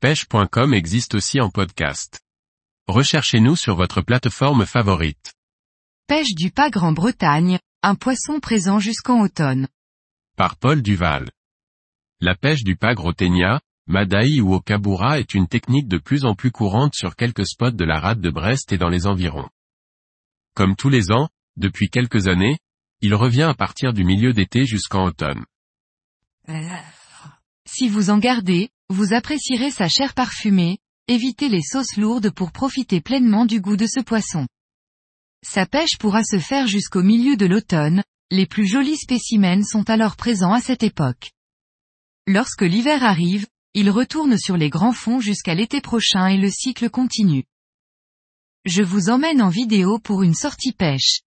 pêche.com existe aussi en podcast. Recherchez-nous sur votre plateforme favorite. Pêche du pagre en Bretagne, un poisson présent jusqu'en automne. Par Paul Duval. La pêche du pagre au ténia, Madaï ou au caboura est une technique de plus en plus courante sur quelques spots de la rade de Brest et dans les environs. Comme tous les ans, depuis quelques années, il revient à partir du milieu d'été jusqu'en automne. Si vous en gardez, vous apprécierez sa chair parfumée, évitez les sauces lourdes pour profiter pleinement du goût de ce poisson. Sa pêche pourra se faire jusqu'au milieu de l'automne, les plus jolis spécimens sont alors présents à cette époque. Lorsque l'hiver arrive, il retourne sur les grands fonds jusqu'à l'été prochain et le cycle continue. Je vous emmène en vidéo pour une sortie pêche.